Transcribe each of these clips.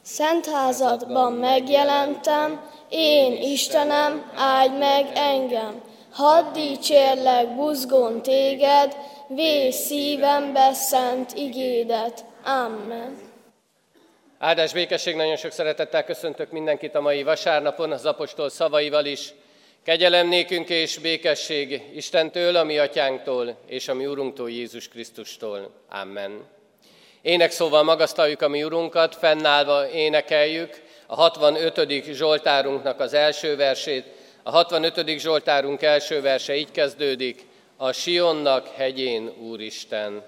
Szent házadban megjelentem, én Istenem, áldj meg engem. Hadd dicsérlek buzgón téged, vész szívembe szent igédet. Amen. Áldás, békesség, nagyon sok szeretettel köszöntök mindenkit a mai vasárnapon, az apostol szavaival is. Kegyelem nékünk és békesség Istentől, a mi atyánktól és a mi Urunktól, Jézus Krisztustól. Amen. Énekszóval magasztaljuk a mi Urunkat, fennállva énekeljük a 65. Zsoltárunknak az első versét. A 65. Zsoltárunk első verse így kezdődik: a Sionnak hegyén Úristen.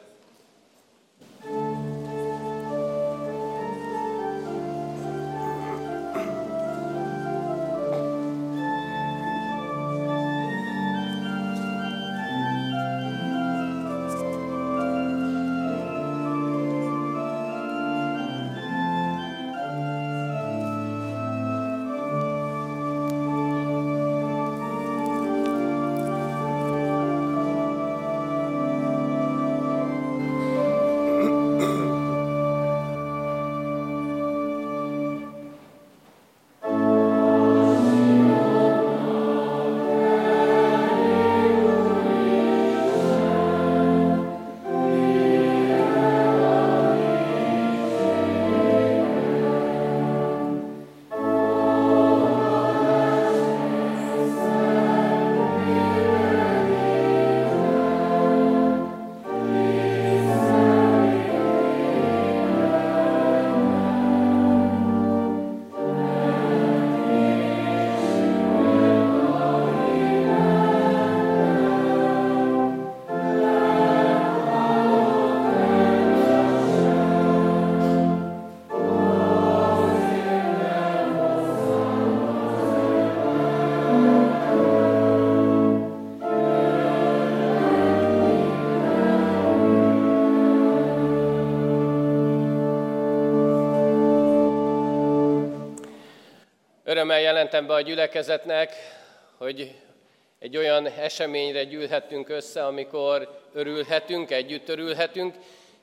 Örömmel jelentem be a gyülekezetnek, hogy egy olyan eseményre gyűlhettünk össze, amikor örülhetünk, együtt örülhetünk.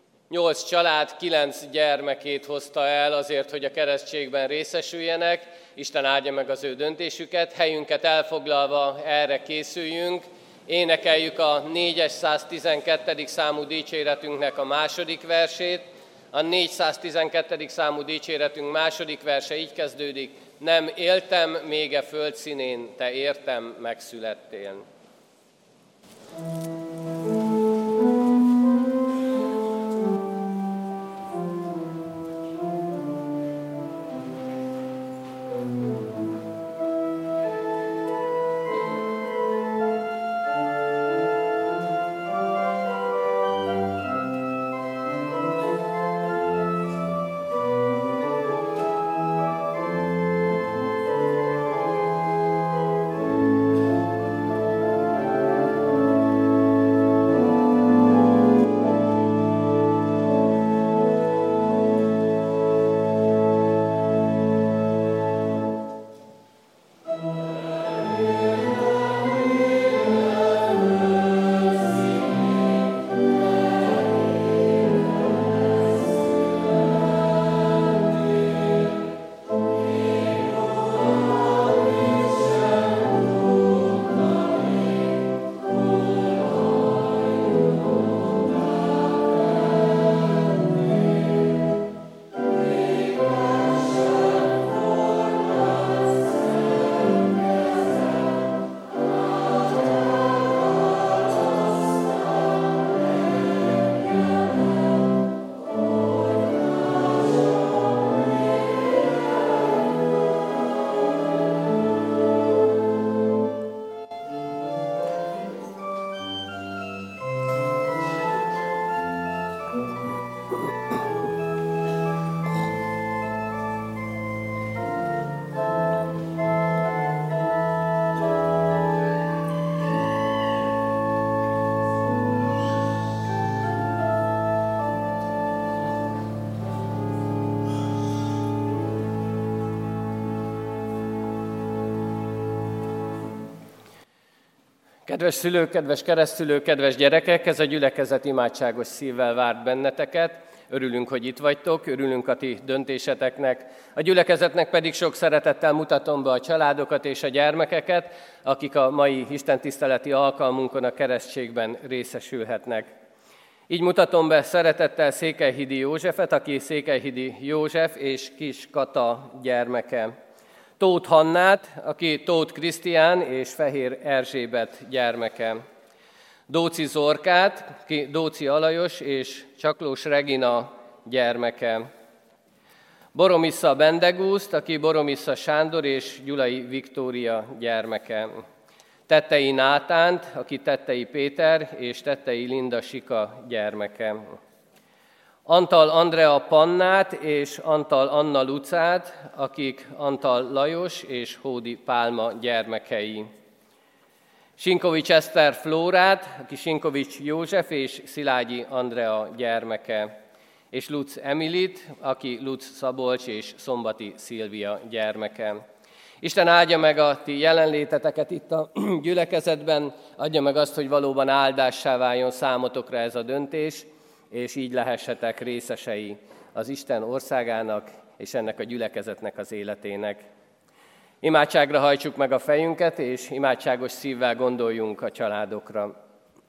8 család 9 gyermekét hozta el azért, hogy a keresztségben részesüljenek. Isten áldja meg az ő döntésüket. Helyünket elfoglalva erre készüljünk. Énekeljük a 412. számú dicséretünknek a második versét. A 412. számú dicséretünk második verse így kezdődik: nem éltem még a föld színén, te értem megszülettél. Kedves szülők, kedves keresztszülők, kedves gyerekek, ez a gyülekezet imádságos szívvel várt benneteket. Örülünk, hogy itt vagytok, örülünk a ti döntéseteknek. A gyülekezetnek pedig sok szeretettel mutatom be a családokat és a gyermekeket, akik a mai istentiszteleti alkalmunkon a keresztségben részesülhetnek. Így mutatom be szeretettel Székelyhidi Józsefet, aki Székelyhidi József és Kis Kata gyermeke. Tóth Hannát, aki Tóth Krisztián és Fehér Erzsébet gyermeke. Dóczi Zorkát, aki Dóczi Alajos és Csaklós Regina gyermeke. Boromissza Bendegúzt, aki Boromissza Sándor és Gyulai Viktória gyermeke. Tettei Nátánt, aki Tettei Péter és Tettei Linda Sika gyermeke. Antal Andrea Pannát és Antal Anna Lucát, akik Antal Lajos és Hódi Pálma gyermekei. Sinkovics Eszter Flórát, aki Sinkovics József és Szilágyi Andrea gyermeke. És Lutz Emilit, aki Lutz Szabolcs és Szombati Szilvia gyermeke. Isten áldja meg a ti jelenléteteket itt a gyülekezetben, adja meg azt, hogy valóban áldássá váljon számotokra ez a döntés, és így lehessetek részesei az Isten országának és ennek a gyülekezetnek az életének. Imádságra hajtsuk meg a fejünket, és imádságos szívvel gondoljunk a családokra.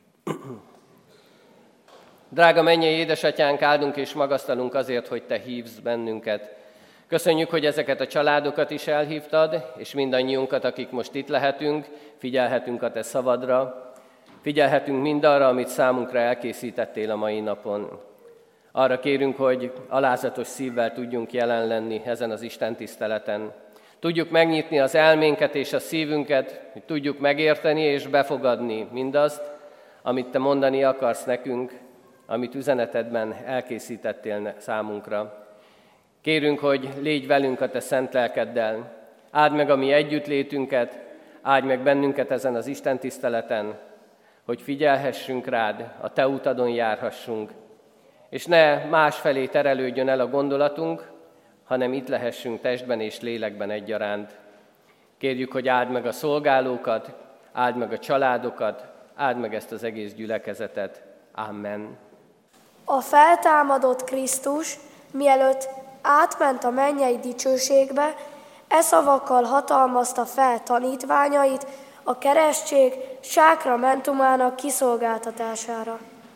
Drága mennyei édesatyánk, áldunk és magasztalunk azért, hogy te hívsz bennünket. Köszönjük, hogy ezeket a családokat is elhívtad, és mindannyiunkat, akik most itt lehetünk, figyelhetünk a te szavadra, figyelhetünk mindarra, amit számunkra elkészítettél a mai napon. Arra kérünk, hogy alázatos szívvel tudjunk jelen lenni ezen az Isten tiszteleten. Tudjuk megnyitni az elménket és a szívünket, hogy tudjuk megérteni és befogadni mindazt, amit te mondani akarsz nekünk, amit üzenetedben elkészítettél számunkra. Kérünk, hogy légy velünk a te szent lelkeddel, áld meg a mi együttlétünket, áldj meg bennünket ezen az Isten tiszteleten, hogy figyelhessünk rád, a te utadon járhassunk, és ne másfelé terelődjön el a gondolatunk, hanem itt lehessünk testben és lélekben egyaránt. Kérjük, hogy áld meg a szolgálókat, áld meg a családokat, áld meg ezt az egész gyülekezetet. Amen. A feltámadott Krisztus, mielőtt átment a mennyei dicsőségbe, e szavakkal hatalmazta fel tanítványait a keresztség sákramentumának kiszolgáltatására.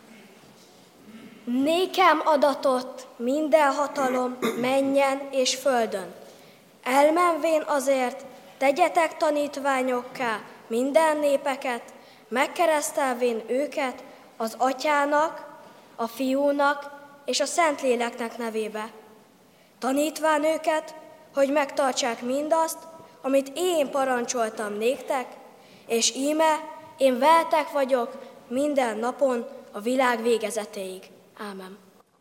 Nékem adatott minden hatalom mennyen és földön. Elmenvén azért tegyetek tanítványokká minden népeket, megkeresztelvén őket az Atyának, a Fiúnak és a Szentléleknek nevébe. Tanítván őket, hogy megtartsák mindazt, amit én parancsoltam néktek, és íme én veletek vagyok minden napon a világ végezetéig. Ámen.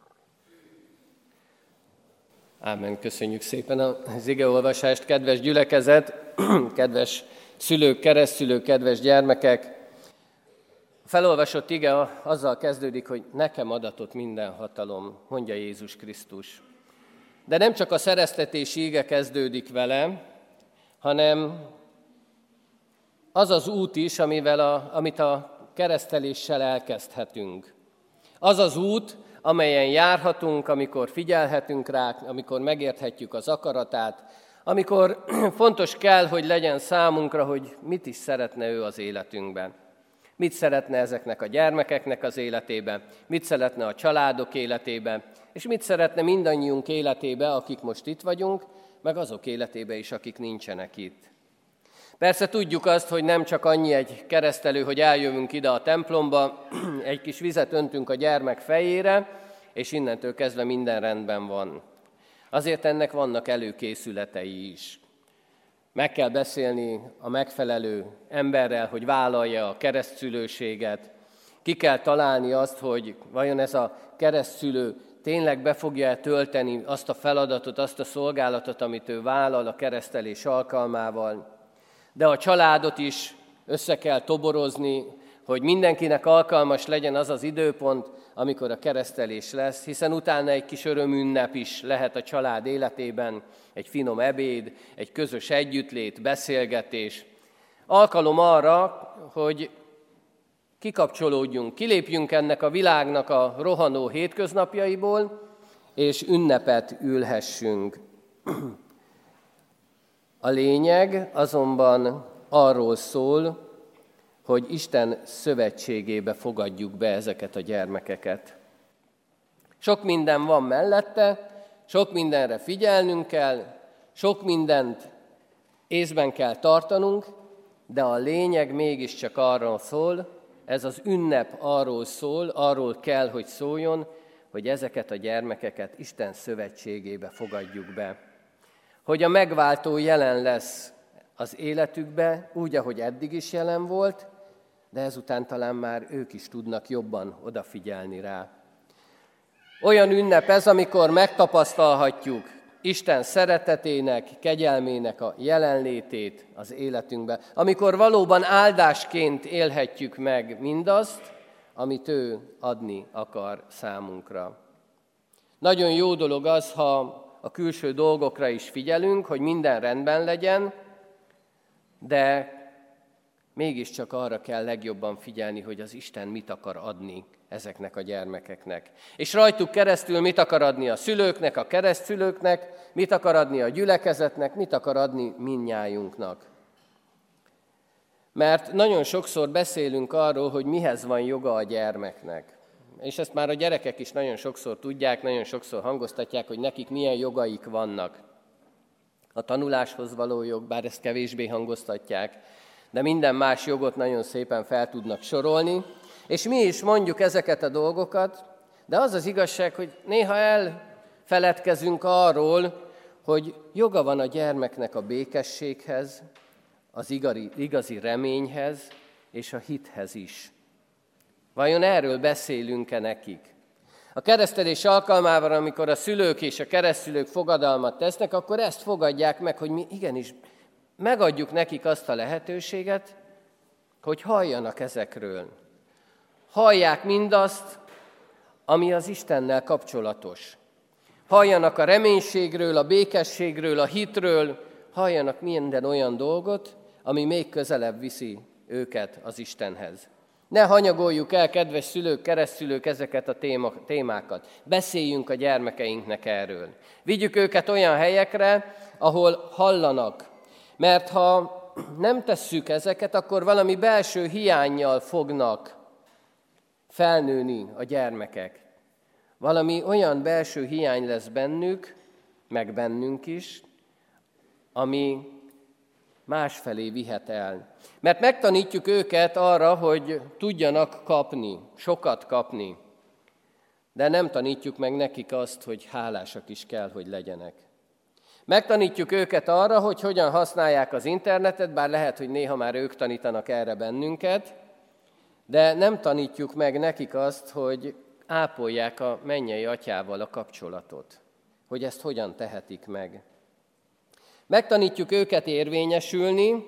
Ámen. Köszönjük szépen az igeolvasást, kedves gyülekezet, kedves szülők, keresztszülők, kedves gyermekek. A felolvasott ige azzal kezdődik, hogy nekem adatott minden hatalom, mondja Jézus Krisztus. De nem csak a szereztetési ige kezdődik vele, hanem az az út is, amit a kereszteléssel elkezdhetünk. Az az út, amelyen járhatunk, amikor figyelhetünk rá, amikor megérthetjük az akaratát, amikor fontos kell, hogy legyen számunkra, hogy mit is szeretne ő az életünkben. Mit szeretne ezeknek a gyermekeknek az életében, mit szeretne a családok életében, és mit szeretne mindannyiunk életébe, akik most itt vagyunk, meg azok életébe is, akik nincsenek itt. Persze tudjuk azt, hogy nem csak annyi egy keresztelő, hogy eljövünk ide a templomba, egy kis vizet öntünk a gyermek fejére, és innentől kezdve minden rendben van. Azért ennek vannak előkészületei is. Meg kell beszélni a megfelelő emberrel, hogy vállalja a keresztszülőséget. Ki kell találni azt, hogy vajon ez a keresztszülő tényleg be fogja tölteni azt a feladatot, azt a szolgálatot, amit ő vállal a keresztelés alkalmával. De a családot is össze kell toborozni, hogy mindenkinek alkalmas legyen az az időpont, amikor a keresztelés lesz, hiszen utána egy kis örömünnep is lehet a család életében, egy finom ebéd, egy közös együttlét, beszélgetés. Alkalom arra, hogy kikapcsolódjunk, kilépjünk ennek a világnak a rohanó hétköznapjaiból, és ünnepet ülhessünk. A lényeg azonban arról szól, hogy Isten szövetségébe fogadjuk be ezeket a gyermekeket. Sok minden van mellette, sok mindenre figyelnünk kell, sok mindent észben kell tartanunk, de a lényeg mégiscsak arról szól, ez az ünnep arról szól, arról kell, hogy szóljon, hogy ezeket a gyermekeket Isten szövetségébe fogadjuk be. Hogy a megváltó jelen lesz az életükbe, úgy, ahogy eddig is jelen volt, de ezután talán már ők is tudnak jobban odafigyelni rá. Olyan ünnep ez, amikor megtapasztalhatjuk Isten szeretetének, kegyelmének a jelenlétét az életünkben, amikor valóban áldásként élhetjük meg mindazt, amit ő adni akar számunkra. Nagyon jó dolog az, ha a külső dolgokra is figyelünk, hogy minden rendben legyen, de mégiscsak arra kell legjobban figyelni, hogy az Isten mit akar adni ezeknek a gyermekeknek. És rajtuk keresztül mit akar adni a szülőknek, a keresztszülőknek, mit akar adni a gyülekezetnek, mit akar adni mindnyájunknak. Mert nagyon sokszor beszélünk arról, hogy mihez van joga a gyermeknek. És ezt már a gyerekek is nagyon sokszor tudják, nagyon sokszor hangoztatják, hogy nekik milyen jogaik vannak. A tanuláshoz való jog, bár ezt kevésbé hangoztatják, de minden más jogot nagyon szépen fel tudnak sorolni, és mi is mondjuk ezeket a dolgokat, de az az igazság, hogy néha elfeledkezünk arról, hogy joga van a gyermeknek a békességhez, az igazi reményhez és a hithez is. Vajon erről beszélünk-e nekik? A keresztelés alkalmával, amikor a szülők és a keresztszülők fogadalmat tesznek, akkor ezt fogadják meg, hogy mi igenis megadjuk nekik azt a lehetőséget, hogy halljanak ezekről. Hallják mindazt, ami az Istennel kapcsolatos. Halljanak a reménységről, a békességről, a hitről, halljanak minden olyan dolgot, ami még közelebb viszi őket az Istenhez. Ne hanyagoljuk el, kedves szülők, keresztszülők, ezeket a témákat. Beszéljünk a gyermekeinknek erről. Vigyük őket olyan helyekre, ahol hallanak. Mert ha nem tesszük ezeket, akkor valami belső hiánnyal fognak felnőni a gyermekek. Valami olyan belső hiány lesz bennük, meg bennünk is, ami másfelé vihet el. Mert megtanítjuk őket arra, hogy tudjanak kapni, sokat kapni, de nem tanítjuk meg nekik azt, hogy hálásak is kell, hogy legyenek. Megtanítjuk őket arra, hogy hogyan használják az internetet, bár lehet, hogy néha már ők tanítanak erre bennünket, de nem tanítjuk meg nekik azt, hogy ápolják a mennyei atyával a kapcsolatot, hogy ezt hogyan tehetik meg. Megtanítjuk őket érvényesülni,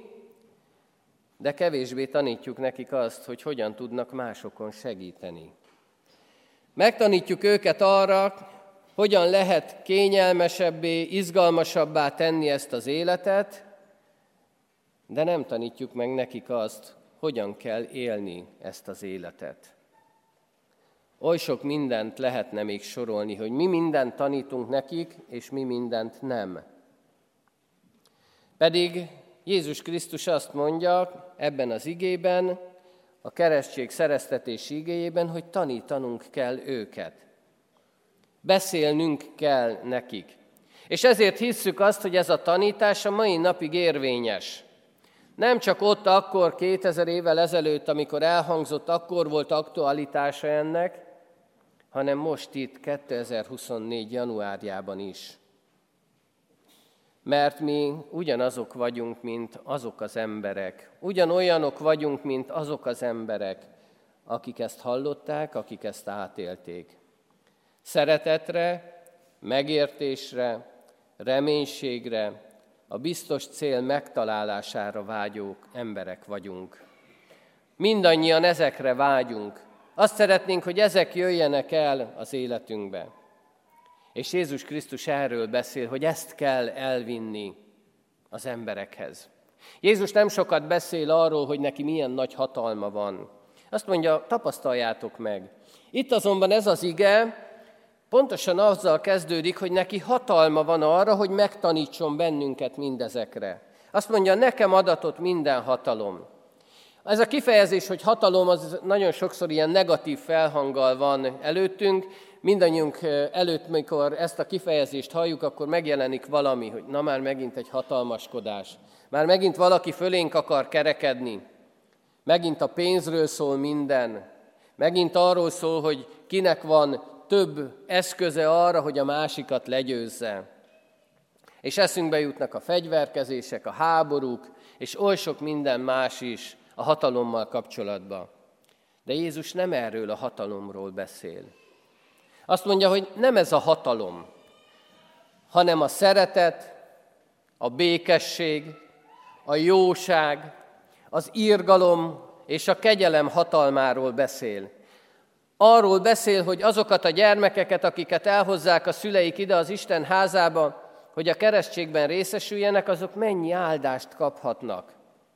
de kevésbé tanítjuk nekik azt, hogy hogyan tudnak másokon segíteni. Megtanítjuk őket arra, hogyan lehet kényelmesebbé, izgalmasabbá tenni ezt az életet, de nem tanítjuk meg nekik azt, hogyan kell élni ezt az életet. Oly sok mindent lehetne még sorolni, hogy mi mindent tanítunk nekik, és mi mindent nem. Pedig Jézus Krisztus azt mondja ebben az igében, a keresztség szereztetési igéjében, hogy tanítanunk kell őket. Beszélnünk kell nekik. És ezért hisszük azt, hogy ez a tanítás a mai napig érvényes. Nem csak ott akkor 2000 évvel ezelőtt, amikor elhangzott, akkor volt aktualitása ennek, hanem most itt 2024. januárjában is. Mert mi ugyanazok vagyunk, mint azok az emberek. Ugyanolyanok vagyunk, mint azok az emberek, akik ezt hallották, akik ezt átélték. Szeretetre, megértésre, reménységre, a biztos cél megtalálására vágyó emberek vagyunk. Mindannyian ezekre vágyunk. Azt szeretnénk, hogy ezek jöjjenek el az életünkbe. És Jézus Krisztus erről beszél, hogy ezt kell elvinni az emberekhez. Jézus nem sokat beszél arról, hogy neki milyen nagy hatalma van. Azt mondja, tapasztaljátok meg. Itt azonban ez az ige pontosan azzal kezdődik, hogy neki hatalma van arra, hogy megtanítson bennünket mindezekre. Azt mondja, nekem adatott minden hatalom. Ez a kifejezés, hogy hatalom, az nagyon sokszor ilyen negatív felhanggal van előttünk. Mindannyiunk előtt, mikor ezt a kifejezést halljuk, akkor megjelenik valami, hogy na már megint egy hatalmaskodás. Már megint valaki fölénk akar kerekedni. Megint a pénzről szól minden. Megint arról szól, hogy kinek van több eszköze arra, hogy a másikat legyőzze. És eszünkbe jutnak a fegyverkezések, a háborúk, és oly sok minden más is a hatalommal kapcsolatban. De Jézus nem erről a hatalomról beszél. Azt mondja, hogy nem ez a hatalom, hanem a szeretet, a békesség, a jóság, az irgalom és a kegyelem hatalmáról beszél. Arról beszél, hogy azokat a gyermekeket, akiket elhozzák a szüleik ide az Isten házába, hogy a keresztségben részesüljenek, azok mennyi áldást kaphatnak.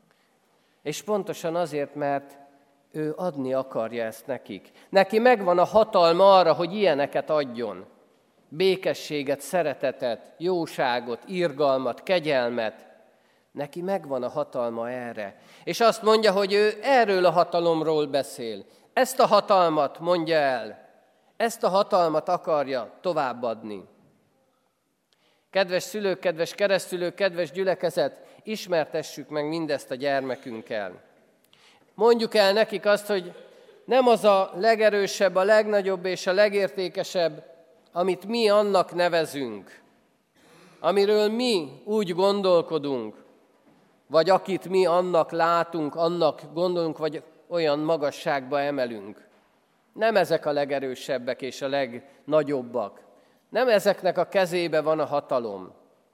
És pontosan azért, mert ő adni akarja ezt nekik. Neki megvan a hatalma arra, hogy ilyeneket adjon. Békességet, szeretetet, jóságot, irgalmat, kegyelmet. Neki megvan a hatalma erre. És azt mondja, hogy ő erről a hatalomról beszél. Ezt a hatalmat mondja el. Ezt a hatalmat akarja továbbadni. Kedves szülők, kedves keresztülők, kedves gyülekezet, ismertessük meg mindezt a gyermekünkkel. Mondjuk el nekik azt, hogy nem az a legerősebb, a legnagyobb és a legértékesebb, amit mi annak nevezünk, amiről mi úgy gondolkodunk, vagy akit mi annak látunk, annak gondolunk, vagy olyan magasságba emelünk. Nem ezek a legerősebbek és a legnagyobbak. Nem ezeknek a kezébe van a hatalom.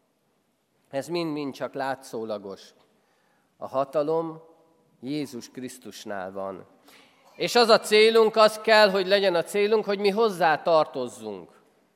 Ez mind-mind csak látszólagos. A hatalom Jézus Krisztusnál van. És az a célunk, az kell, hogy legyen a célunk, hogy mi hozzá tartozzunk.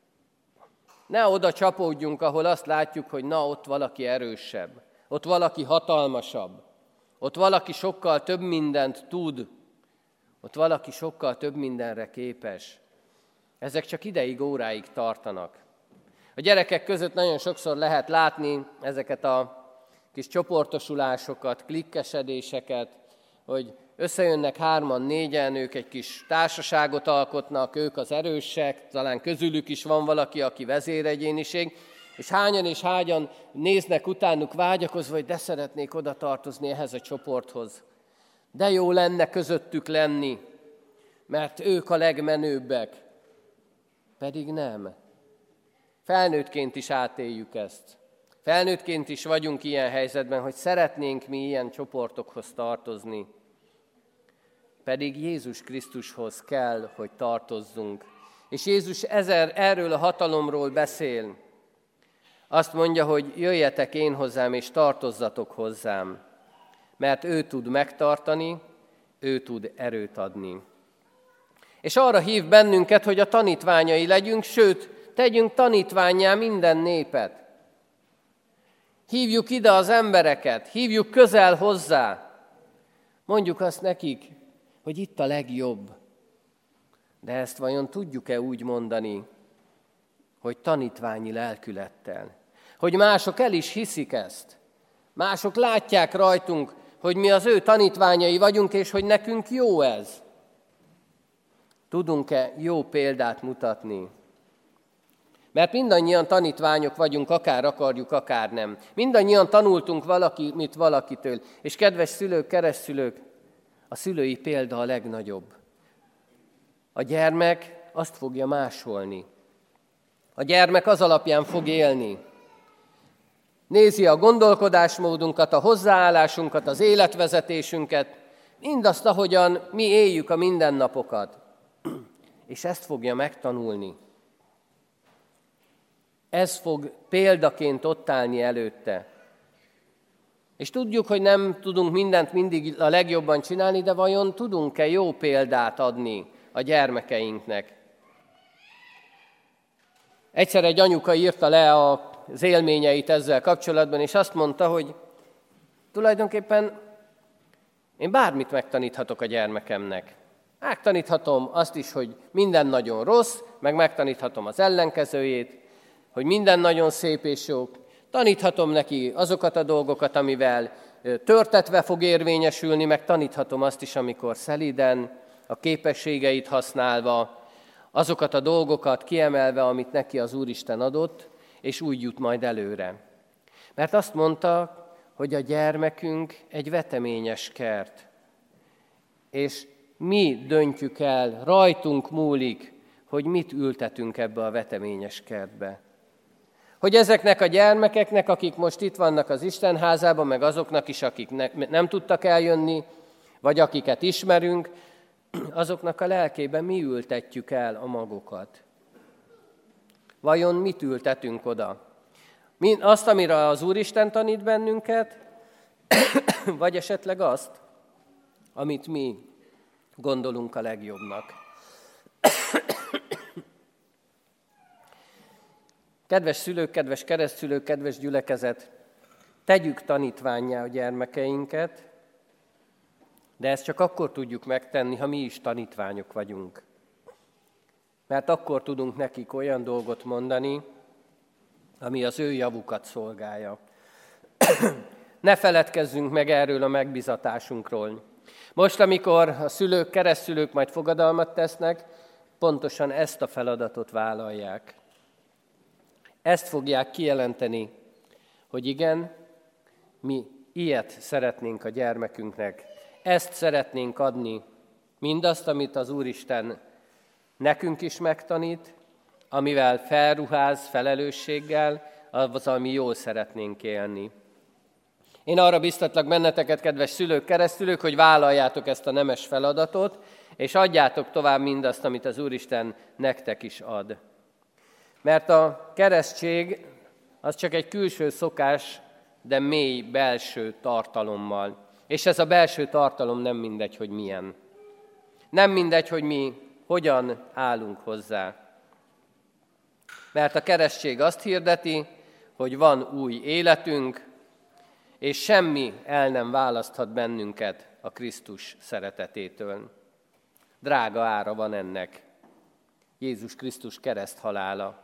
Ne oda csapódjunk, ahol azt látjuk, hogy na, ott valaki erősebb, ott valaki hatalmasabb, ott valaki sokkal több mindent tud, ott valaki sokkal több mindenre képes. Ezek csak ideig, óráig tartanak. A gyerekek között nagyon sokszor lehet látni ezeket a kis csoportosulásokat, klikkesedéseket, hogy összejönnek 3-an, 4-en, ők egy kis társaságot alkotnak, ők az erősek, talán közülük is van valaki, aki vezéregyéniség, és hányan néznek utánuk vágyakozva, hogy de szeretnék oda tartozni ehhez a csoporthoz. De jó lenne közöttük lenni, mert ők a legmenőbbek. Pedig nem. Felnőttként is átéljük ezt. Felnőttként is vagyunk ilyen helyzetben, hogy szeretnénk mi ilyen csoportokhoz tartozni. Pedig Jézus Krisztushoz kell, hogy tartozzunk. És Jézus erről a hatalomról beszél. Azt mondja, hogy jöjjetek én hozzám, és tartozzatok hozzám. Mert ő tud megtartani, ő tud erőt adni. És arra hív bennünket, hogy a tanítványai legyünk, sőt, tegyünk tanítvánnyá minden népet. Hívjuk ide az embereket, hívjuk közel hozzá. Mondjuk azt nekik, hogy itt a legjobb. De ezt vajon tudjuk-e úgy mondani, hogy tanítványi lelkülettel? Hogy mások el is hiszik ezt. Mások látják rajtunk, hogy mi az ő tanítványai vagyunk, és hogy nekünk jó ez. Tudunk-e jó példát mutatni? Mert mindannyian tanítványok vagyunk, akár akarjuk, akár nem. Mindannyian tanultunk valamit valakitől. És kedves szülők, keresztszülők, a szülői példa a legnagyobb. A gyermek azt fogja másolni. A gyermek az alapján fog élni. Nézi a gondolkodásmódunkat, a hozzáállásunkat, az életvezetésünket, mindazt, ahogyan mi éljük a mindennapokat. És ezt fogja megtanulni. Ez fog példaként ott állni előtte. És tudjuk, hogy nem tudunk mindent mindig a legjobban csinálni, de vajon tudunk-e jó példát adni a gyermekeinknek? Egyszer egy anyuka írta le az élményeit ezzel kapcsolatban, és azt mondta, hogy tulajdonképpen én bármit megtaníthatok a gyermekemnek. Megtaníthatom azt is, hogy minden nagyon rossz, meg megtaníthatom az ellenkezőjét, hogy minden nagyon szép és jó. Taníthatom neki azokat a dolgokat, amivel törtetve fog érvényesülni, meg taníthatom azt is, amikor szelíden, a képességeit használva, azokat a dolgokat kiemelve, amit neki az Úristen adott, és úgy jut majd előre. Mert azt mondta, hogy a gyermekünk egy veteményes kert, és mi döntjük el, rajtunk múlik, hogy mit ültetünk ebbe a veteményes kertbe. Hogy ezeknek a gyermekeknek, akik most itt vannak az Istenházában, meg azoknak is, akik nem tudtak eljönni, vagy akiket ismerünk, azoknak a lelkében mi ültetjük el a magokat. Vajon mit ültetünk oda? Azt, amire az Úristen tanít bennünket, vagy esetleg azt, amit mi gondolunk a legjobbnak. Kedves szülők, kedves keresztszülők, kedves gyülekezet, tegyük tanítvánnyá a gyermekeinket, de ezt csak akkor tudjuk megtenni, ha mi is tanítványok vagyunk. Mert akkor tudunk nekik olyan dolgot mondani, ami az ő javukat szolgálja. Ne feledkezzünk meg erről a megbizatásunkról. Most, amikor a szülők, keresztszülők majd fogadalmat tesznek, pontosan ezt a feladatot vállalják. Ezt fogják kijelenteni, hogy igen, mi ilyet szeretnénk a gyermekünknek, ezt szeretnénk adni, mindazt, amit az Úristen nekünk is megtanít, amivel felruház felelősséggel, azzal mi jól szeretnénk élni. Én arra biztatlak benneteket, kedves szülők, keresztülők, hogy vállaljátok ezt a nemes feladatot, és adjátok tovább mindazt, amit az Úristen nektek is ad. Mert a keresztség az csak egy külső szokás, de mély belső tartalommal. És ez a belső tartalom nem mindegy, hogy milyen. Nem mindegy, hogy mi hogyan állunk hozzá. Mert a keresztség azt hirdeti, hogy van új életünk, és semmi el nem választhat bennünket a Krisztus szeretetétől. Drága ára van ennek, Jézus Krisztus kereszthalála.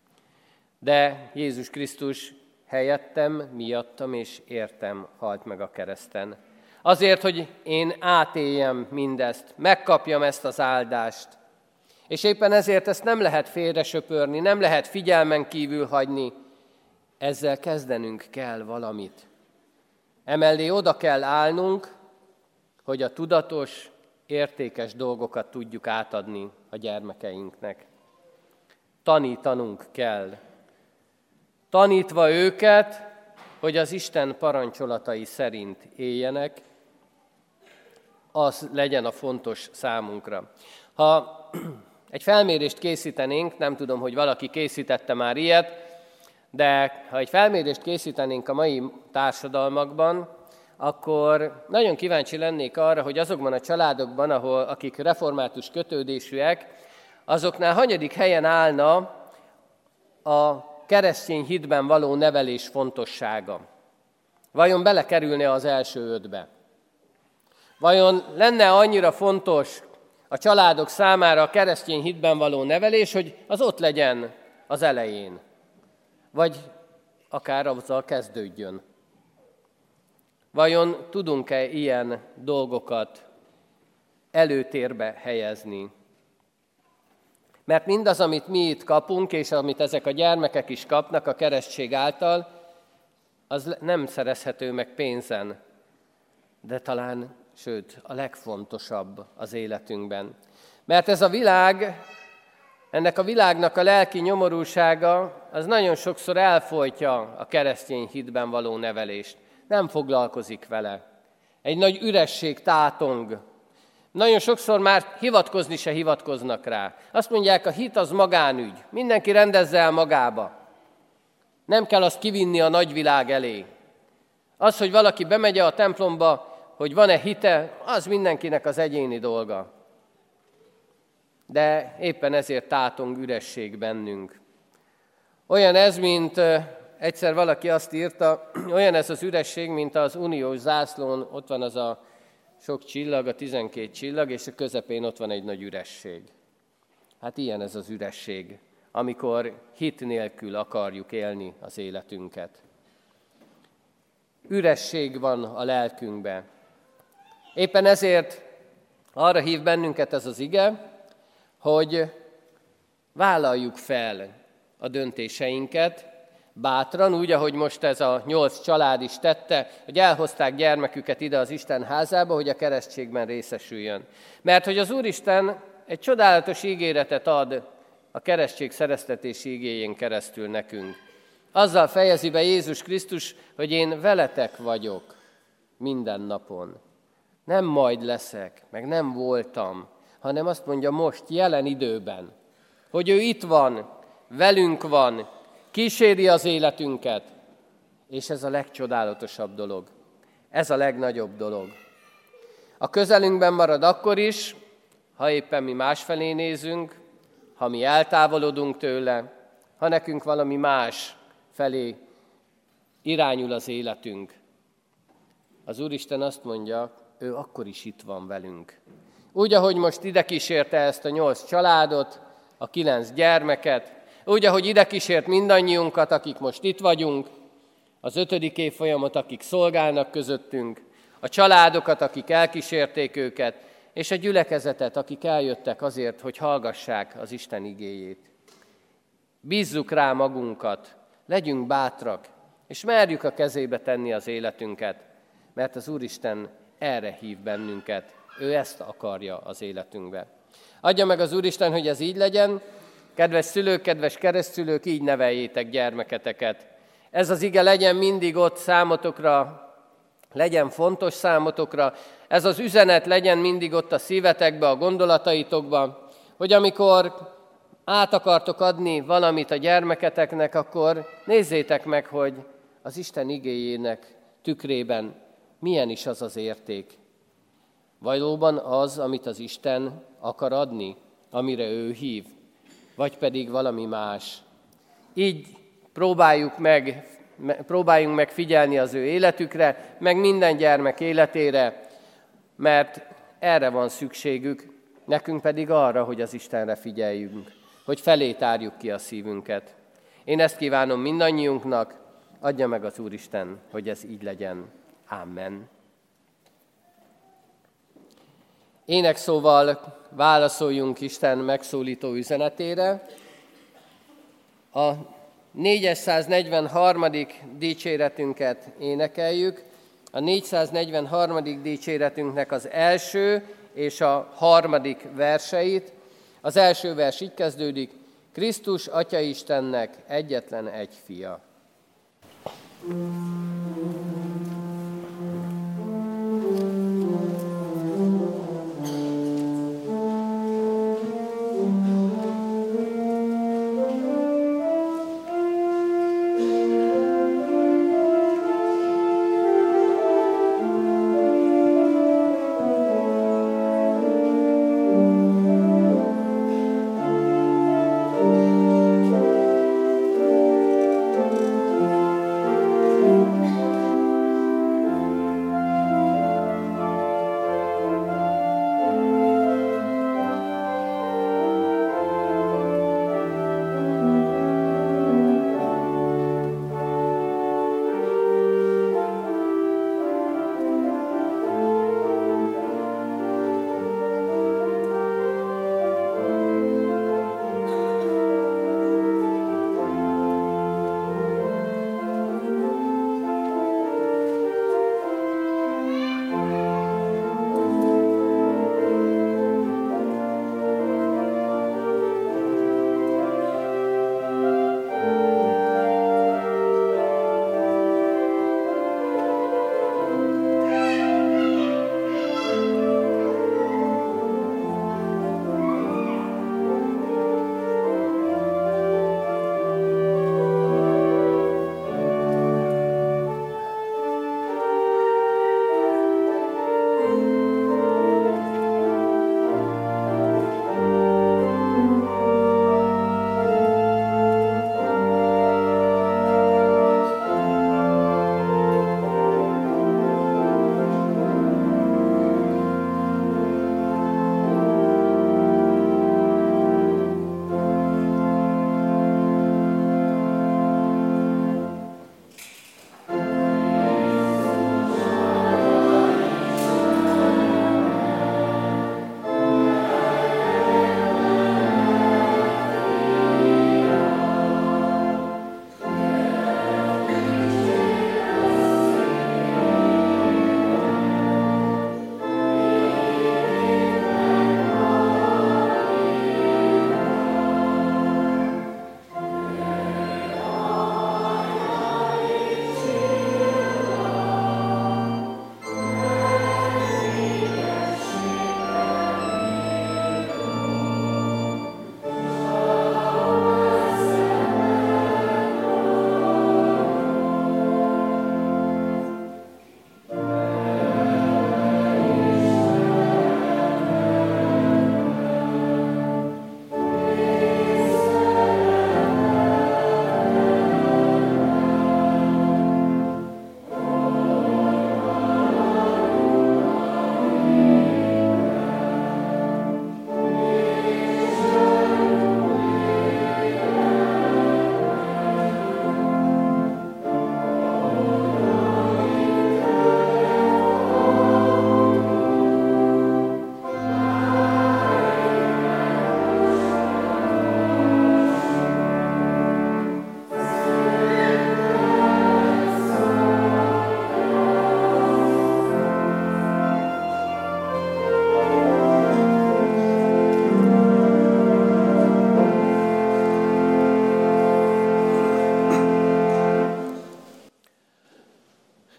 De Jézus Krisztus helyettem, miattam és értem halt meg a kereszten. Azért, hogy én átéljem mindezt, megkapjam ezt az áldást. És éppen ezért ezt nem lehet félresöpörni, nem lehet figyelmen kívül hagyni. Ezzel kezdenünk kell valamit. Emellé oda kell állnunk, hogy a tudatos, értékes dolgokat tudjuk átadni a gyermekeinknek. Tanítanunk kell. Tanítva őket, hogy az Isten parancsolatai szerint éljenek, az legyen a fontos számunkra. Ha egy felmérést készítenénk, nem tudom, hogy valaki készítette már ilyet, de ha egy felmérést készítenénk a mai társadalmakban, akkor nagyon kíváncsi lennék arra, hogy azokban a családokban, akik református kötődésűek, azoknál hanyadik helyen állna a keresztény hitben való nevelés fontossága. Vajon belekerülne az első 5-be? Vajon lenne annyira fontos a családok számára a keresztény hitben való nevelés, hogy az ott legyen az elején? Vagy akár azzal kezdődjön? Vajon tudunk-e ilyen dolgokat előtérbe helyezni? Mert mindaz, amit mi itt kapunk, és amit ezek a gyermekek is kapnak a keresztség által, az nem szerezhető meg pénzen, de talán, sőt, a legfontosabb az életünkben. Mert ez a világ, ennek a világnak a lelki nyomorúsága, az nagyon sokszor elfojtja a keresztény hitben való nevelést. Nem foglalkozik vele. Egy nagy üresség tátong. Nagyon sokszor már hivatkozni se hivatkoznak rá. Azt mondják, a hit az magánügy. Mindenki rendezze el magába. Nem kell azt kivinni a nagyvilág elé. Az, hogy valaki bemegy a templomba, hogy van-e hite, az mindenkinek az egyéni dolga. De éppen ezért tátong üresség bennünk. Olyan ez, mint egyszer valaki azt írta, olyan ez az üresség, mint az uniós zászlón, ott van az a sok csillag, a 12 csillag, és a közepén ott van egy nagy üresség. Hát ilyen ez az üresség, amikor hit nélkül akarjuk élni az életünket. Üresség van a lelkünkben. Éppen ezért arra hív bennünket ez az ige, hogy vállaljuk fel a döntéseinket bátran, úgy, ahogy most ez a 8 család is tette, hogy elhozták gyermeküket ide az Isten házába, hogy a keresztségben részesüljön. Mert hogy az Úristen egy csodálatos ígéretet ad a keresztség szereztetési igéjén keresztül nekünk. Azzal fejezi be Jézus Krisztus, hogy én veletek vagyok minden napon. Nem majd leszek, meg nem voltam, hanem azt mondja most, jelen időben, hogy ő itt van, velünk van, kíséri az életünket, és ez a legcsodálatosabb dolog. Ez a legnagyobb dolog. A közelünkben marad akkor is, ha éppen mi másfelé nézünk, ha mi eltávolodunk tőle, ha nekünk valami más felé irányul az életünk. Az Úristen azt mondja, ő akkor is itt van velünk. Úgy, ahogy most ide kísérte ezt a 8 családot, a 9 gyermeket, úgy, ahogy ide kísért mindannyiunkat, akik most itt vagyunk, az 5. évfolyamot, akik szolgálnak közöttünk, a családokat, akik elkísérték őket, és a gyülekezetet, akik eljöttek azért, hogy hallgassák az Isten igéjét. Bízzuk rá magunkat, legyünk bátrak, és merjük a kezébe tenni az életünket, mert az Úristen erre hív bennünket. Ő ezt akarja az életünkbe. Adja meg az Úristen, hogy ez így legyen. Kedves szülők, kedves keresztszülők, így neveljétek gyermeketeket. Ez az ige legyen mindig ott számotokra, legyen fontos számotokra. Ez az üzenet legyen mindig ott a szívetekbe, a gondolataitokba, hogy amikor át akartok adni valamit a gyermeketeknek, akkor nézzétek meg, hogy az Isten igéjének tükrében milyen is az az érték. Valóban az, amit az Isten akar adni, amire ő hív, vagy pedig valami más. Így próbáljunk meg figyelni az ő életükre, meg minden gyermek életére, mert erre van szükségük, nekünk pedig arra, hogy az Istenre figyeljünk, hogy felé tárjuk ki a szívünket. Én ezt kívánom mindannyiunknak, adja meg az Úristen, hogy ez így legyen. Amen. Énekszóval válaszoljunk Isten megszólító üzenetére. A 443. dicséretünket énekeljük. A 443. dicséretünknek az első és a 3. verseit. Az első vers így kezdődik: Krisztus Atya-Istennek egyetlen egy fia.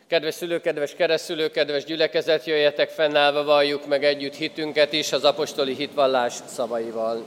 Kedves szülők, kedves keresztszülők, kedves gyülekezet, jöjjetek fennállva, valljuk meg együtt hitünket is az apostoli hitvallás szavaival.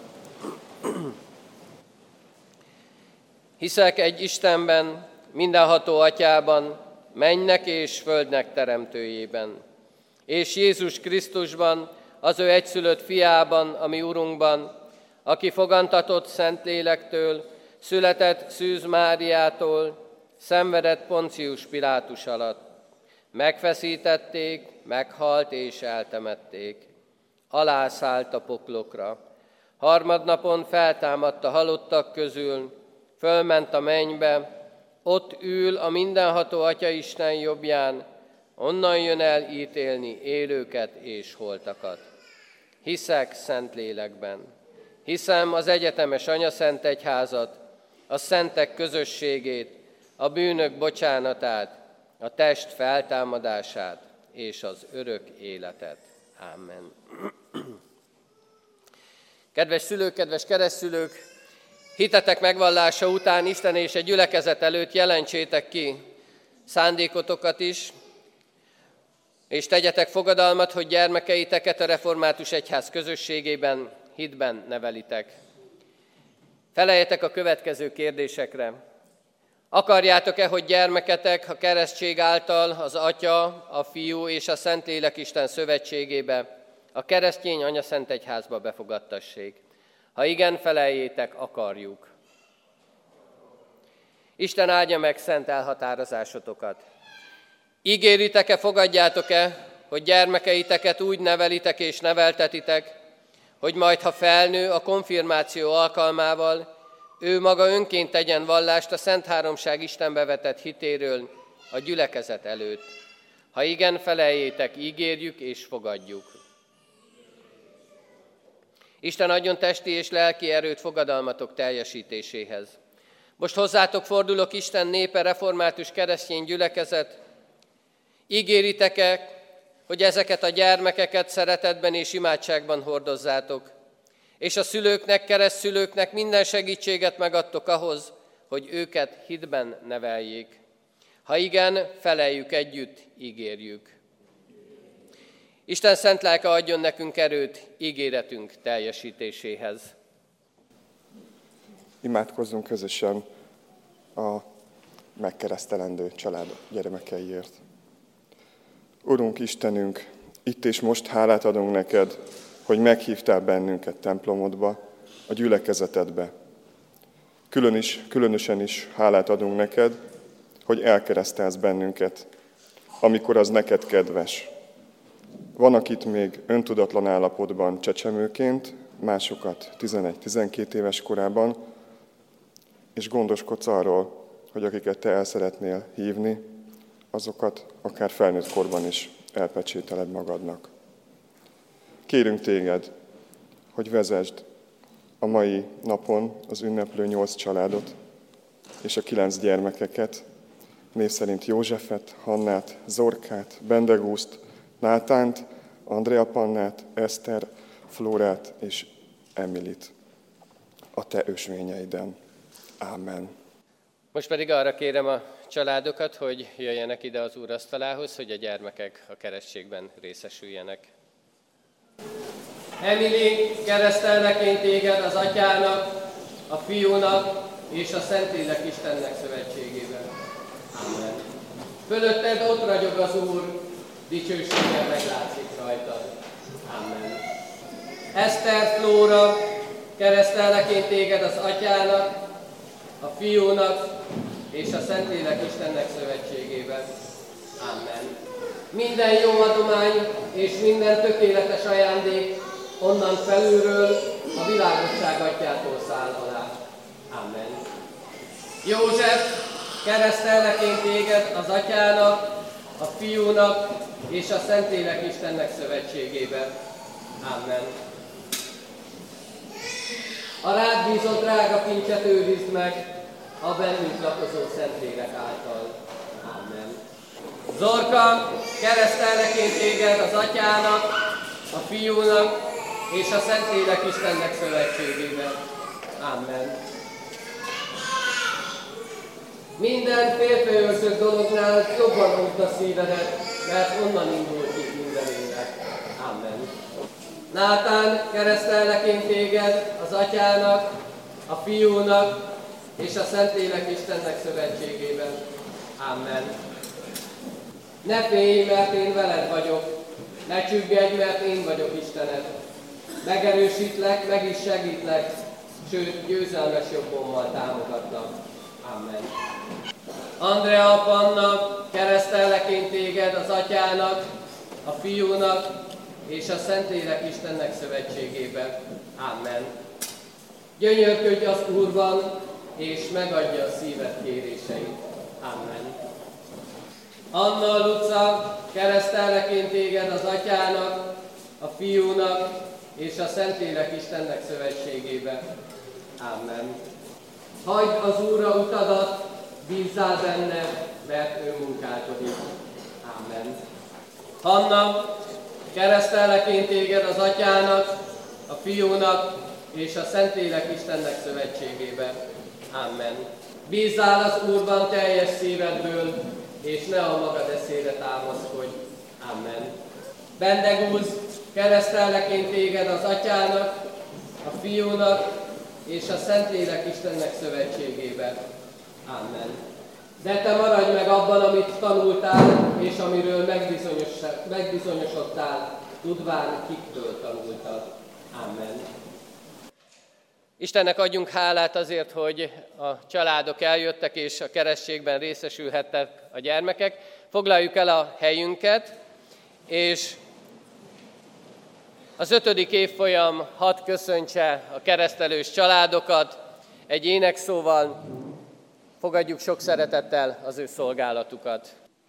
Hiszek egy Istenben, mindenható Atyában, mennynek és földnek teremtőjében, és Jézus Krisztusban, az ő egyszülött fiában, a mi Urunkban, aki fogantatott Szentlélektől, született Szűz Máriától, szenvedett Poncius Pilátus alatt. Megfeszítették, meghalt és eltemették. Alászállt a poklokra. Harmadnapon feltámadt a halottak közül, fölment a mennybe, ott ül a mindenható Atyaisten jobbján, onnan jön el ítélni élőket és holtakat. Hiszek Szentlélekben. Hiszem az egyetemes Anyaszent Egyházat, a szentek közösségét, a bűnök bocsánatát, a test feltámadását és az örök életet. Amen. Kedves szülők, kedves keresztszülők, hitetek megvallása után Isten és egy gyülekezet előtt jelentsétek ki szándékotokat is, és tegyetek fogadalmat, hogy gyermekeiteket a Református Egyház közösségében, hitben nevelitek. Feleljetek a következő kérdésekre. Akarjátok-e, hogy gyermeketek a keresztség által az Atya, a Fiú és a Szentlélek Isten szövetségébe, a keresztény Anyaszent Egyházba befogadtassék? Ha igen, feleljétek, akarjuk. Isten áldja meg szent elhatározásotokat. Ígéritek-e, fogadjátok-e, hogy gyermekeiteket úgy nevelitek és neveltetitek, hogy majd, ha felnő, a konfirmáció alkalmával ő maga önként tegyen vallást a Szent Háromság Istenbe vetett hitéről a gyülekezet előtt. Ha igen, feleljétek, ígérjük és fogadjuk. Isten adjon testi és lelki erőt fogadalmatok teljesítéséhez. Most hozzátok fordulok, Isten népe, református keresztény gyülekezet. Ígéritek-e, hogy ezeket a gyermekeket szeretetben és imádságban hordozzátok, és a szülőknek, keresztszülőknek minden segítséget megadtok ahhoz, hogy őket hitben neveljék? Ha igen, feleljük együtt, ígérjük. Isten szent lelke adjon nekünk erőt ígéretünk teljesítéséhez. Imádkozzunk közösen a megkeresztelendő család gyermekeiért. Urunk Istenünk, itt és most hálát adunk neked, hogy meghívtál bennünket templomodba, a gyülekezetedbe. Különösen is hálát adunk neked, hogy elkeresztelsz bennünket, amikor az neked kedves. Van, akit még öntudatlan állapotban csecsemőként, másokat 11-12 éves korában, és gondoskodsz arról, hogy akiket te el szeretnél hívni, azokat akár felnőtt korban is elpecsételed magadnak. Kérünk téged, hogy vezesd a mai napon az ünneplő 8 családot és a 9 gyermekeket, név szerint Józsefet, Hannát, Zorkát, Bendegúzt, Nátánt, Andrea Pannát, Eszter, Flórát és Emilit a te ösvényeiden. Ámen. Most pedig arra kérem a családokat, hogy jöjjenek ide az úrasztalához, hogy a gyermekek a keresztségben részesüljenek. Emily, keresztelnek én téged az Atyának, a Fiúnak és a Szentlélek Istennek szövetségében. Amen. Fölötted ott ragyog az Úr, dicsőséggel meglátszik rajtad. Amen. Eszter, Flóra, keresztelnek én téged az Atyának, a Fiúnak és a Szentlélek Istennek szövetségében. Amen. Minden jó adomány és minden tökéletes ajándék onnan felülről, a világosság Atyától száll alá. Amen. József, keresztelnek én téged az Atyának, a Fiúnak és a Szentlélek Istennek szövetségében. Amen. A rád bízott drága kincset őrizd meg a bennünk lakozó Szentlélek által. Amen. Zorka, keresztelnek én téged az Atyának, a Fiúnak és a Szentlélek Istennek szövetségében. Amen. Minden félfejörzött dolognál jobban húzd a szívedet, mert onnan indul ki minden élet. Amen. Nátán, keresztellek én téged az Atyának, a Fiúnak és a Szentlélek Istennek szövetségében. Amen. Ne félj, mert én veled vagyok, ne csüggedj, mert én vagyok Istened. Megerősítlek, meg is segítlek, sőt, győzelmes jobbommal támogatlak. Amen. Andrea, Panna, keresztellek én téged az Atyának, a Fiúnak és a Szentlélek Istennek szövetségében. Amen. Gyönyörködj az Úrban, és megadja a szíved kéréseit. Amen. Anna, Luca, keresztellek én téged az Atyának, a Fiúnak és a Szentlélek Istennek szövetségében. Amen. Hagyd az Úrra utadat, bízzál benne, mert ő munkálkodik. Amen. Hanna, keresztellek én téged az Atyának, a Fiúnak és a Szentlélek Istennek szövetségében. Amen. Bízzál az Úrban teljes szívedből, és ne a magad eszére támaszkodj. Amen. Bendegúz, keresztellek én téged az Atyának, a Fiúnak és a Szentlélek Istennek szövetségében. Amen. De te maradj meg abban, amit tanultál, és amiről megbizonyosodtál, tudván kiktől tanultad. Amen. Istennek adjunk hálát azért, hogy a családok eljöttek, és a keresztségben részesülhettek a gyermekek. Foglaljuk el a helyünket, és az 5. évfolyam hadd köszöntse a keresztelős családokat. Egy énekszóval fogadjuk sok szeretettel az ő szolgálatukat.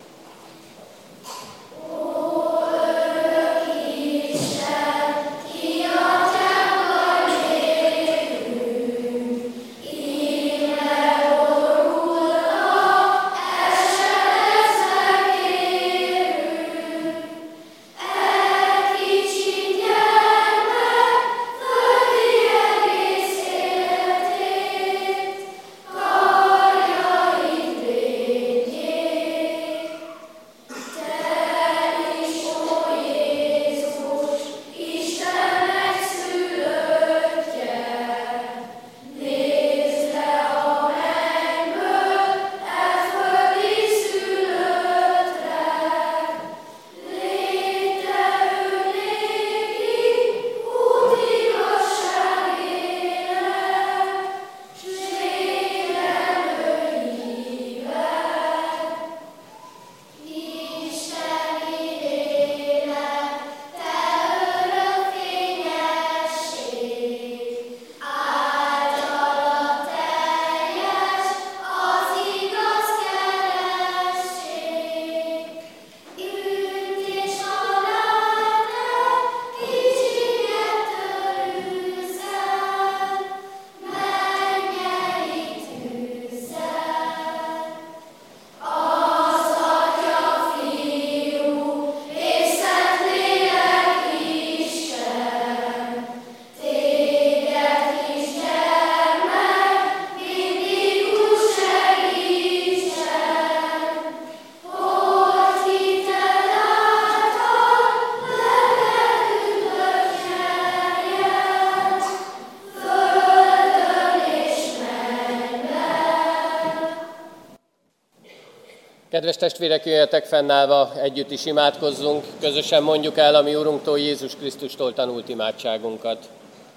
Kedves testvérek, jöjjetek fennállva, együtt is imádkozzunk, közösen mondjuk el a mi Urunktól, Jézus Krisztustól tanult imádságunkat.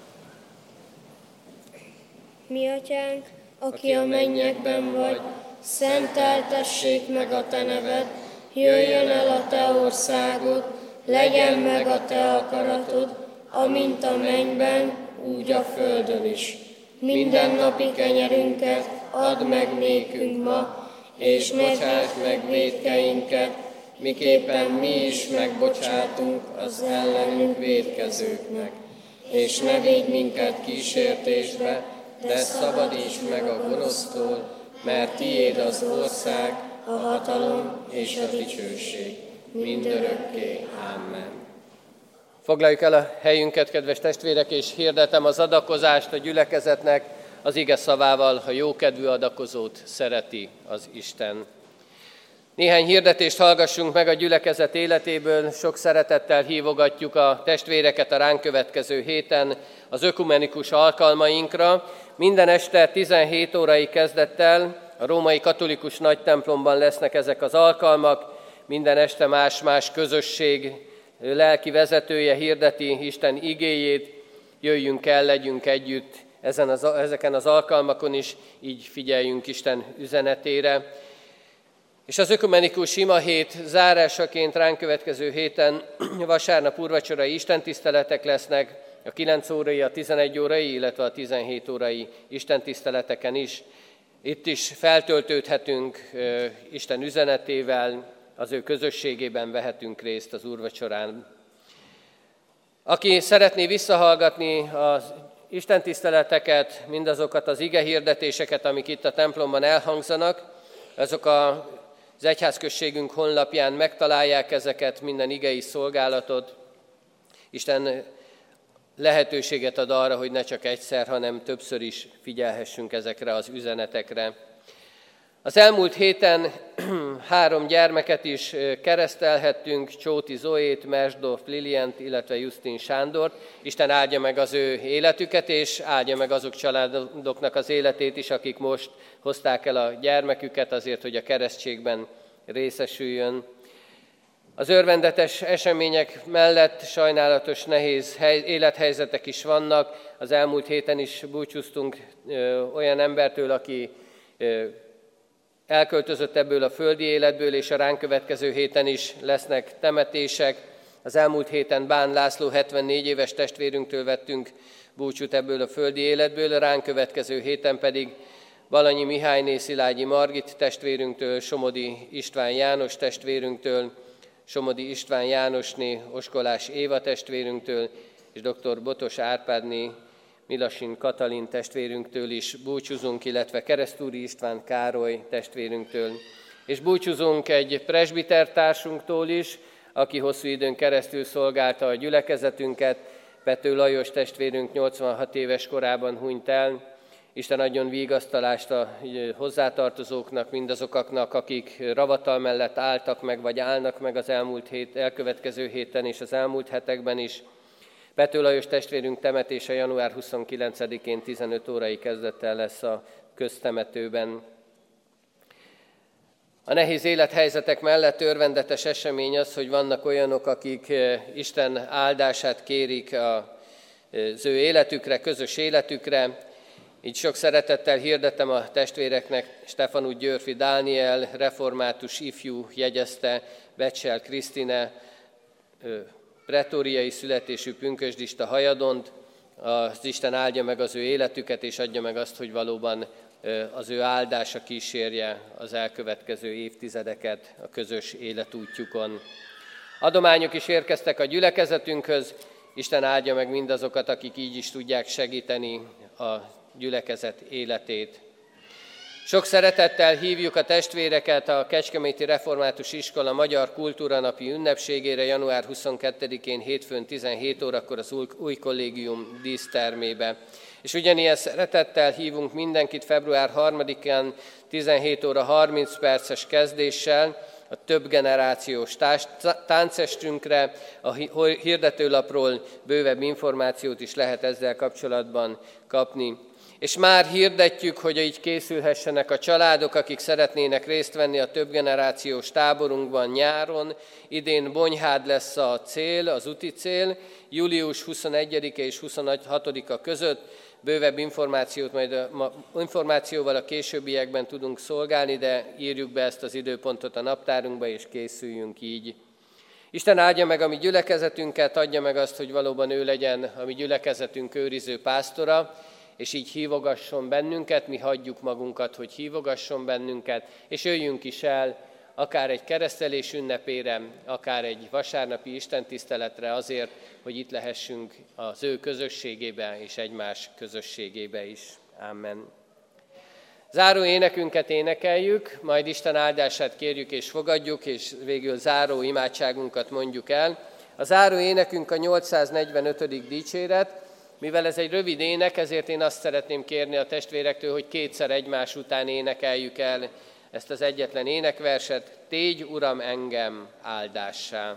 Mi Atyánk, aki a mennyekben vagy, szenteltessék meg a te neved, jöjjön el a te országod, legyen meg a te akaratod, amint a mennyben, úgy a földön is. Mindennapi kenyerünket add meg nékünk ma, és bocsásd meg vétkeinket, miképpen mi is megbocsátunk az ellenünk vétkezőknek. És ne védj minket kísértésbe, de szabadíts meg a gonosztól, mert tiéd az ország, a hatalom és a dicsőség, mindörökké. Amen. Foglaljuk el a helyünket, kedves testvérek, és hirdetem az adakozást a gyülekezetnek. az ige szavával, a jókedvű adakozót szereti az Isten. Néhány hirdetést hallgassunk meg a gyülekezet életéből. Sok szeretettel hívogatjuk a testvéreket a ránk következő héten az ökumenikus alkalmainkra. Minden este 17 órai kezdettel a római katolikus nagytemplomban lesznek ezek az alkalmak. Minden este más-más közösség lelki vezetője hirdeti Isten igéjét. Jöjjünk el, legyünk együtt ezeken az alkalmakon is, így figyeljünk Isten üzenetére. És az ökumenikus imahét zárásaként ránk következő héten vasárnap úrvacsorai istentiszteletek lesznek, a 9 órai, a 11 órai, illetve a 17 órai istentiszteleteken is. Itt is feltöltődhetünk Isten üzenetével, az ő közösségében vehetünk részt az úrvacsorán. Aki szeretné visszahallgatni az istentiszteleteket, mindazokat az igehirdetéseket, amik itt a templomban elhangzanak, azok az egyházközségünk honlapján megtalálják ezeket, minden igei szolgálatot. Isten lehetőséget ad arra, hogy ne csak egyszer, hanem többször is figyelhessünk ezekre az üzenetekre. Az elmúlt héten 3 gyermeket is keresztelhettünk, Csóti Zoét, Mersdorf Lilient, illetve Justin Sándort. Isten áldja meg az ő életüket, és áldja meg azok családoknak az életét is, akik most hozták el a gyermeküket azért, hogy a keresztségben részesüljön. Az örvendetes események mellett sajnálatos, nehéz élethelyzetek is vannak. Az elmúlt héten is búcsúztunk olyan embertől, aki elköltözött ebből a földi életből, és a ránk következő héten is lesznek temetések. Az elmúlt héten Bán László 74 éves testvérünktől vettünk búcsút ebből a földi életből, a ránk következő héten pedig Balanyi Mihályné Szilágyi Margit testvérünktől, Somodi István János testvérünktől, Somodi István Jánosné Oskolás Éva testvérünktől, és dr. Botos Árpádné Milasin Katalin testvérünktől is búcsúzunk, illetve Keresztúri István Károly testvérünktől. És búcsúzunk egy presbitertársunktól is, aki hosszú időn keresztül szolgálta a gyülekezetünket. Pető Lajos testvérünk 86 éves korában hunyt el. Isten adjon vigasztalást a hozzátartozóknak, mindazoknak, akik ravatal mellett álltak meg, vagy állnak meg az elkövetkező héten és az elmúlt hetekben is. Pető Lajos testvérünk temetése január 29-én 15 órai kezdettel lesz a köztemetőben. A nehéz élethelyzetek mellett örvendetes esemény az, hogy vannak olyanok, akik Isten áldását kérik az ő életükre, közös életükre. Így sok szeretettel hirdetem a testvéreknek, Stefanú Györfi Dániel, református ifjú jegyezte, Becsel Krisztine, pretóriai születésű pünkösdista Hajadont. Az Isten áldja meg az ő életüket, és adja meg azt, hogy valóban az ő áldása kísérje az elkövetkező évtizedeket a közös életútjukon. Adományok is érkeztek a gyülekezetünkhöz. Isten áldja meg mindazokat, akik így is tudják segíteni a gyülekezet életét. Sok szeretettel hívjuk a testvéreket a Kecskeméti Református Iskola Magyar Kultúranapi ünnepségére január 22-én hétfőn 17 órakor az új kollégium dísztermébe. És ugyanilyen szeretettel hívunk mindenkit február 3-án 17 óra 30 perces kezdéssel a több generációs táncestünkre. A hirdetőlapról bővebb információt is lehet ezzel kapcsolatban kapni. És már hirdetjük, hogy így készülhessenek a családok, akik szeretnének részt venni a többgenerációs táborunkban nyáron. Idén Bonyhád lesz a cél, az úti cél, július 21-e és 26-a között. Bővebb információval a későbbiekben tudunk szolgálni, de írjuk be ezt az időpontot a naptárunkba, és készüljünk így. Isten áldja meg a mi gyülekezetünket, adja meg azt, hogy valóban ő legyen a mi gyülekezetünk őriző pásztora, és így hívogasson bennünket, mi hagyjuk magunkat, hogy hívogasson bennünket, és jöjjünk is el akár egy keresztelés ünnepére, akár egy vasárnapi istentiszteletre azért, hogy itt lehessünk az ő közösségébe és egymás közösségébe is. Amen. Záró énekünket énekeljük, majd Isten áldását kérjük és fogadjuk, és végül záró imádságunkat mondjuk el. A záró énekünk a 845. dicséret, Mivel ez egy rövid ének, ezért én azt szeretném kérni a testvérektől, hogy kétszer egymás után énekeljük el ezt az egyetlen énekverset. Tégy, Uram, engem áldássá!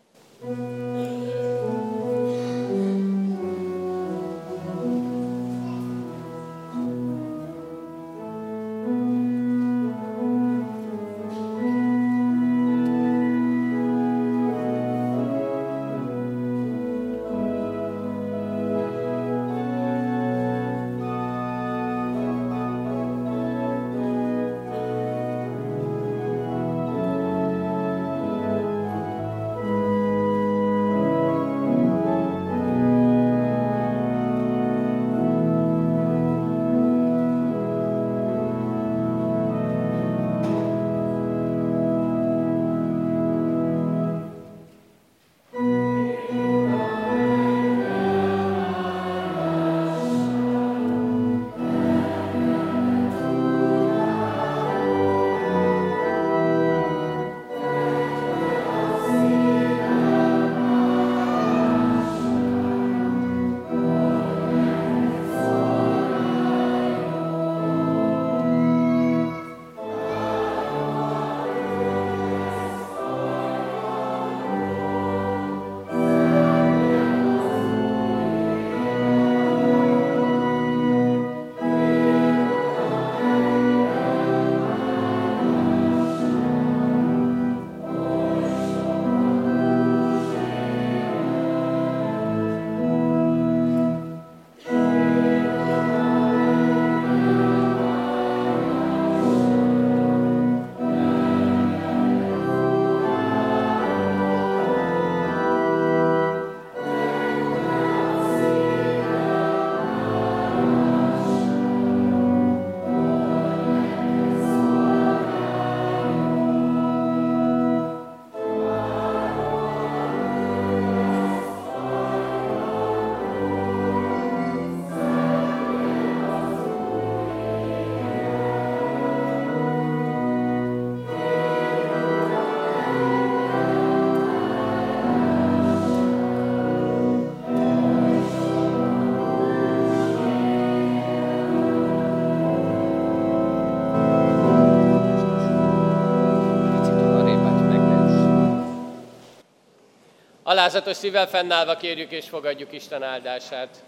Alázatos szívvel fennállva kérjük és fogadjuk Isten áldását.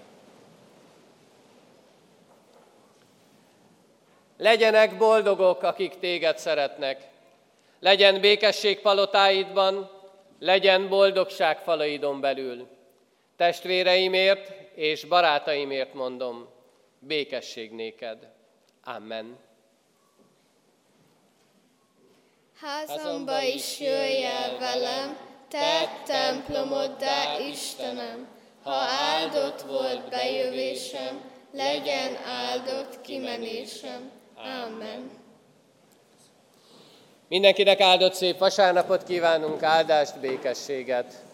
Legyenek boldogok, akik téged szeretnek. Legyen békesség palotáidban, legyen boldogság falaidon belül. Testvéreimért és barátaimért mondom, békesség néked. Amen. Házamba is jöjj el velem, te templomoddá, Istenem, ha áldott volt bejövésem, legyen áldott kimenésem. Amen. Mindenkinek áldott szép vasárnapot kívánunk, áldást, békességet!